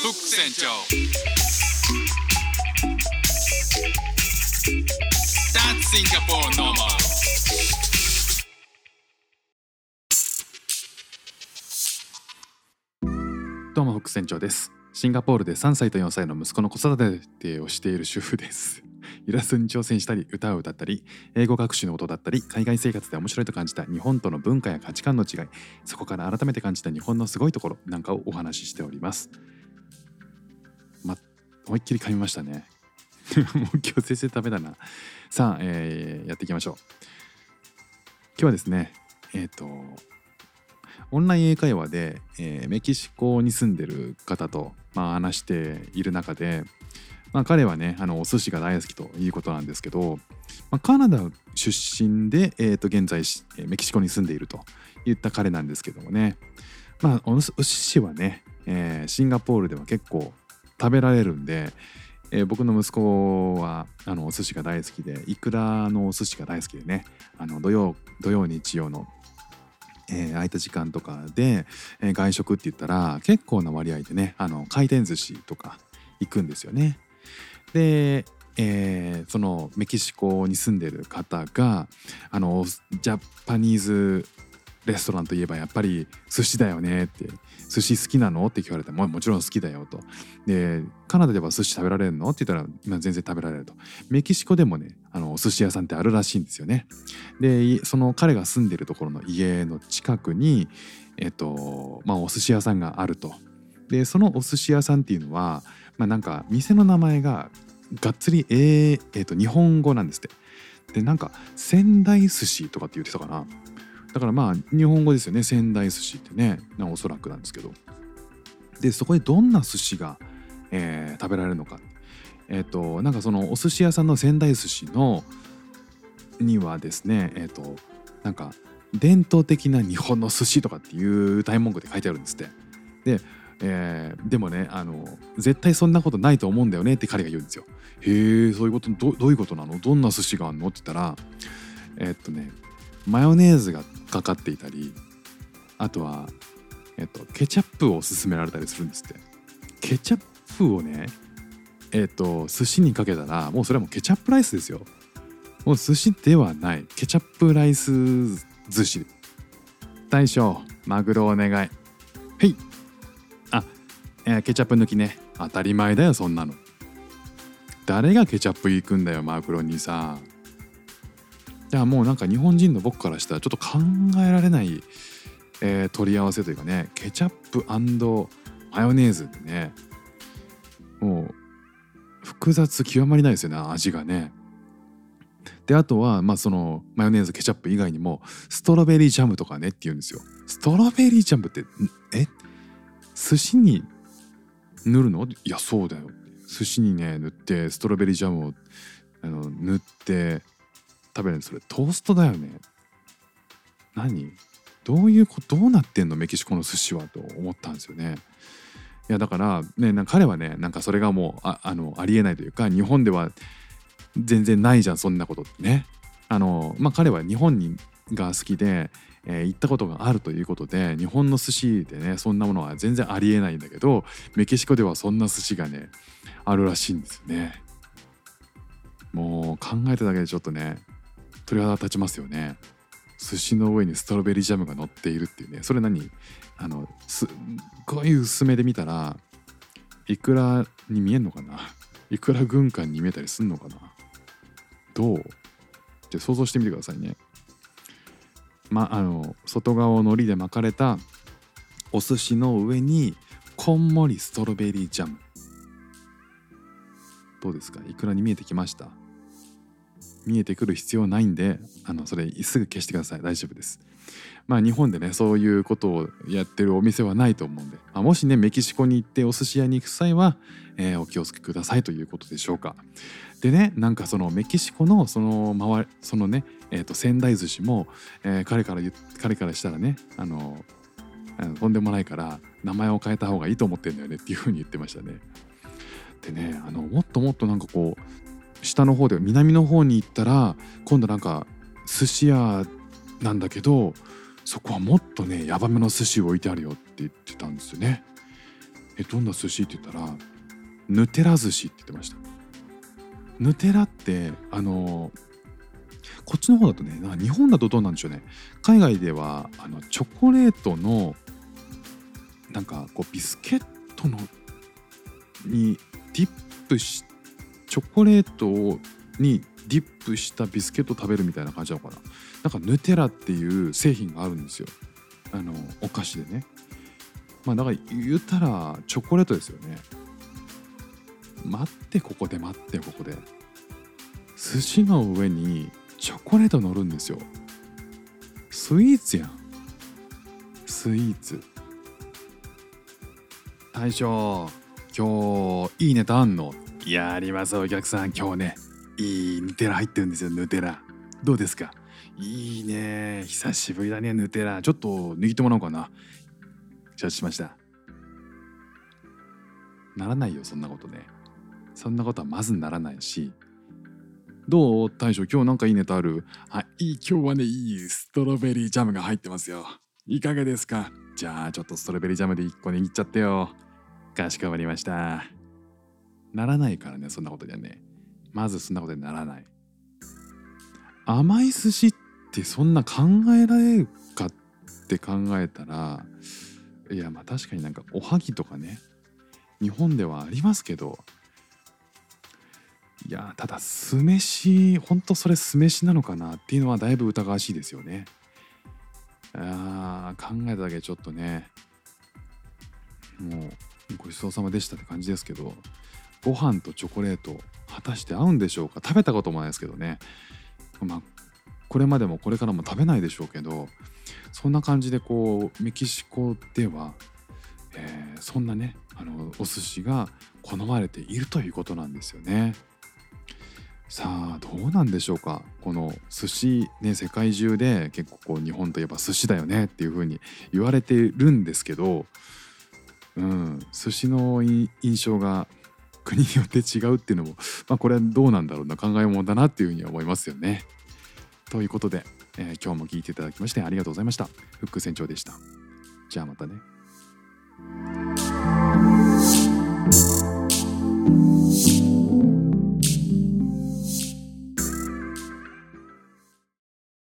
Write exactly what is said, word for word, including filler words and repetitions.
フック船長 That's Singapore normal。 どうもフック船長です。シンガポールでさんさいとよんさいの息子の子育てをしている主婦です。イラストに挑戦したり、歌を歌ったり、英語学習のことだったり、海外生活で面白いと感じた日本との文化や価値観の違い、そこから改めて感じた日本のすごいところなんかをお話ししております。ま、思いっきり噛みましたね。もう今日先生食べたな。さあ、えー、やっていきましょう。今日はですね、えっとオンライン英会話で、えー、メキシコに住んでる方と、まあ、話している中で、まあ、彼はねあのお寿司が大好きということなんですけど、まあ、カナダ出身で、えー、と現在メキシコに住んでいるといった彼なんですけどもね、まあ、お寿司はね、えー、シンガポールでは結構食べられるんで、えー、僕の息子はあのお寿司が大好きで、イクラのお寿司が大好きでね、あの土曜土曜日曜のえー、空いた時間とかで、えー、外食って言ったら結構な割合でねあの回転寿司とか行くんですよね。で、えー、そのメキシコに住んでる方があのジャパニーズレストランといえばやっぱり寿司だよねって、寿司好きなのって聞かれてももちろん好きだよと。でカナダでは寿司食べられるのって言ったら、まあ、全然食べられると。メキシコでもねあのお寿司屋さんってあるらしいんですよね。でその彼が住んでるところの家の近くにえっとまあお寿司屋さんがあると。でそのお寿司屋さんっていうのはまあなんか店の名前ががっつり、えーえー、と日本語なんですって。でなんか仙台寿司とかって言ってたかな。だからまあ日本語ですよね、仙台寿司ってね、おそらくなんですけど。でそこでどんな寿司が、えー食べられるのか。えっとなんかそのお寿司屋さんの仙台寿司のにはですね、えっとなんか伝統的な日本の寿司とかっていう大文句で書いてあるんですって。で、えーでもねあの絶対そんなことないと思うんだよねって彼が言うんですよ。へえ、そういうこと ど, どういうことなの、どんな寿司があるのって言ったら、えっとねマヨネーズがかかっていたり、あとは、えっと、ケチャップを勧められたりするんですって。ケチャップをねえっと寿司にかけたらもうそれはもうケチャップライスですよ。もう寿司ではない、ケチャップライス寿司。大将マグロお願い。はい。あ、えー、ケチャップ抜きね。当たり前だよそんなの。誰がケチャップいくんだよマグロにさ。いやもうなんか日本人の僕からしたらちょっと考えられない、えー、取り合わせというかね、ケチャップ&マヨネーズってね、もう複雑極まりないですよね、味がね。であとはまあそのマヨネーズケチャップ以外にもストロベリージャムとかねって言うんですよ。ストロベリージャムってえ寿司に塗るの？いやそうだよ、寿司にね塗ってストロベリージャムをあの塗って食べるんです。それトーストだよね。何？どういうこと、どうなってんのメキシコの寿司はと思ったんですよね。いやだからね、なんか彼はねなんかそれがもう あ, あのありえないというか、日本では全然ないじゃんそんなことってね。あのまあ彼は日本にが好きで、えー行ったことがあるということで、日本の寿司でねそんなものは全然ありえないんだけど、メキシコではそんな寿司がねあるらしいんですよね。もう考えただけでちょっとね鳥肌立ちますよね。寿司の上にストロベリージャムが乗っているっていうね。それ何、あのすっごい薄めで見たらいくらに見えんのかな、いくら軍艦に見えたりすんのかな。どうじゃ想像してみてくださいね。まあの外側を海苔で巻かれたお寿司の上にこんもりストロベリージャム。どうですか、いくらに見えてきました？見えてくる必要ないんで、あのそれすぐ消してください。大丈夫です。まあ日本でねそういうことをやってるお店はないと思うんで、まあ、もしねメキシコに行ってお寿司屋に行く際は、えー、お気をつけくださいということでしょうか。でね、なんかそのメキシコのその周りそのね、えー、と仙台寿司も、えー、彼から言彼からしたらねあのとんでもないから名前を変えた方がいいと思ってんだよねっていう風に言ってましたね。でね、あのもっともっとなんかこう下の方で南の方に行ったら今度なんか寿司屋なんだけど、そこはもっとねヤバめの寿司を置いてあるよって言ってたんですよね。 えどんな寿司って言ったらヌテラ寿司って言ってました。ヌテラってあのこっちの方だとね、な日本だとどうなんでしょうね。海外ではあのチョコレートのなんかこうビスケットのにディップしチョコレートにディップしたビスケットを食べるみたいな感じなのかな。なんかヌテラっていう製品があるんですよ。あのお菓子でね。まあだから言ったらチョコレートですよね。待ってここで待ってここで寿司の上にチョコレート乗るんですよ。スイーツやん。スイーツ。大将今日いいネタあんの？いやありますお客さん。今日ねいいヌテラ入ってるんですよ。ヌテラどうですか？いいね、久しぶりだねヌテラ。ちょっと握ってもらおうかな。承知しました。ならないよそんなことね。そんなことはまずならないし。どう大将今日なんかいいネタある？あ、いい今日はねいいストロベリージャムが入ってますよ。いかがですか？じゃあちょっとストロベリージャムでいっこ握っちゃってよ。かしこまりました。ならないからねそんなことにはね。まずそんなことにならない。甘い寿司ってそんな考えられるかって考えたら、いやまあ確かになんかおはぎとかね日本ではありますけど、いやただ酢飯ほんとそれ酢飯なのかなっていうのはだいぶ疑わしいですよね。あー考えただけでちょっとねもうごちそうさまでしたって感じですけど、ご飯とチョコレート果たして合うんでしょうか？食べたこともないですけどね。まあこれまでもこれからも食べないでしょうけど、そんな感じでこうメキシコでは、えーそんなねあのお寿司が好まれているということなんですよね。さあどうなんでしょうか。この寿司ね世界中で結構こう日本といえば寿司だよねっていう風に言われてるんですけど、うん、寿司のい印象が国によって違うっていうのも、まあ、これはどうなんだろうな考えもんだなっていうふうには思いますよね。ということで、えー今日も聞いていただきましてありがとうございました。フック船長でした。じゃあまたね。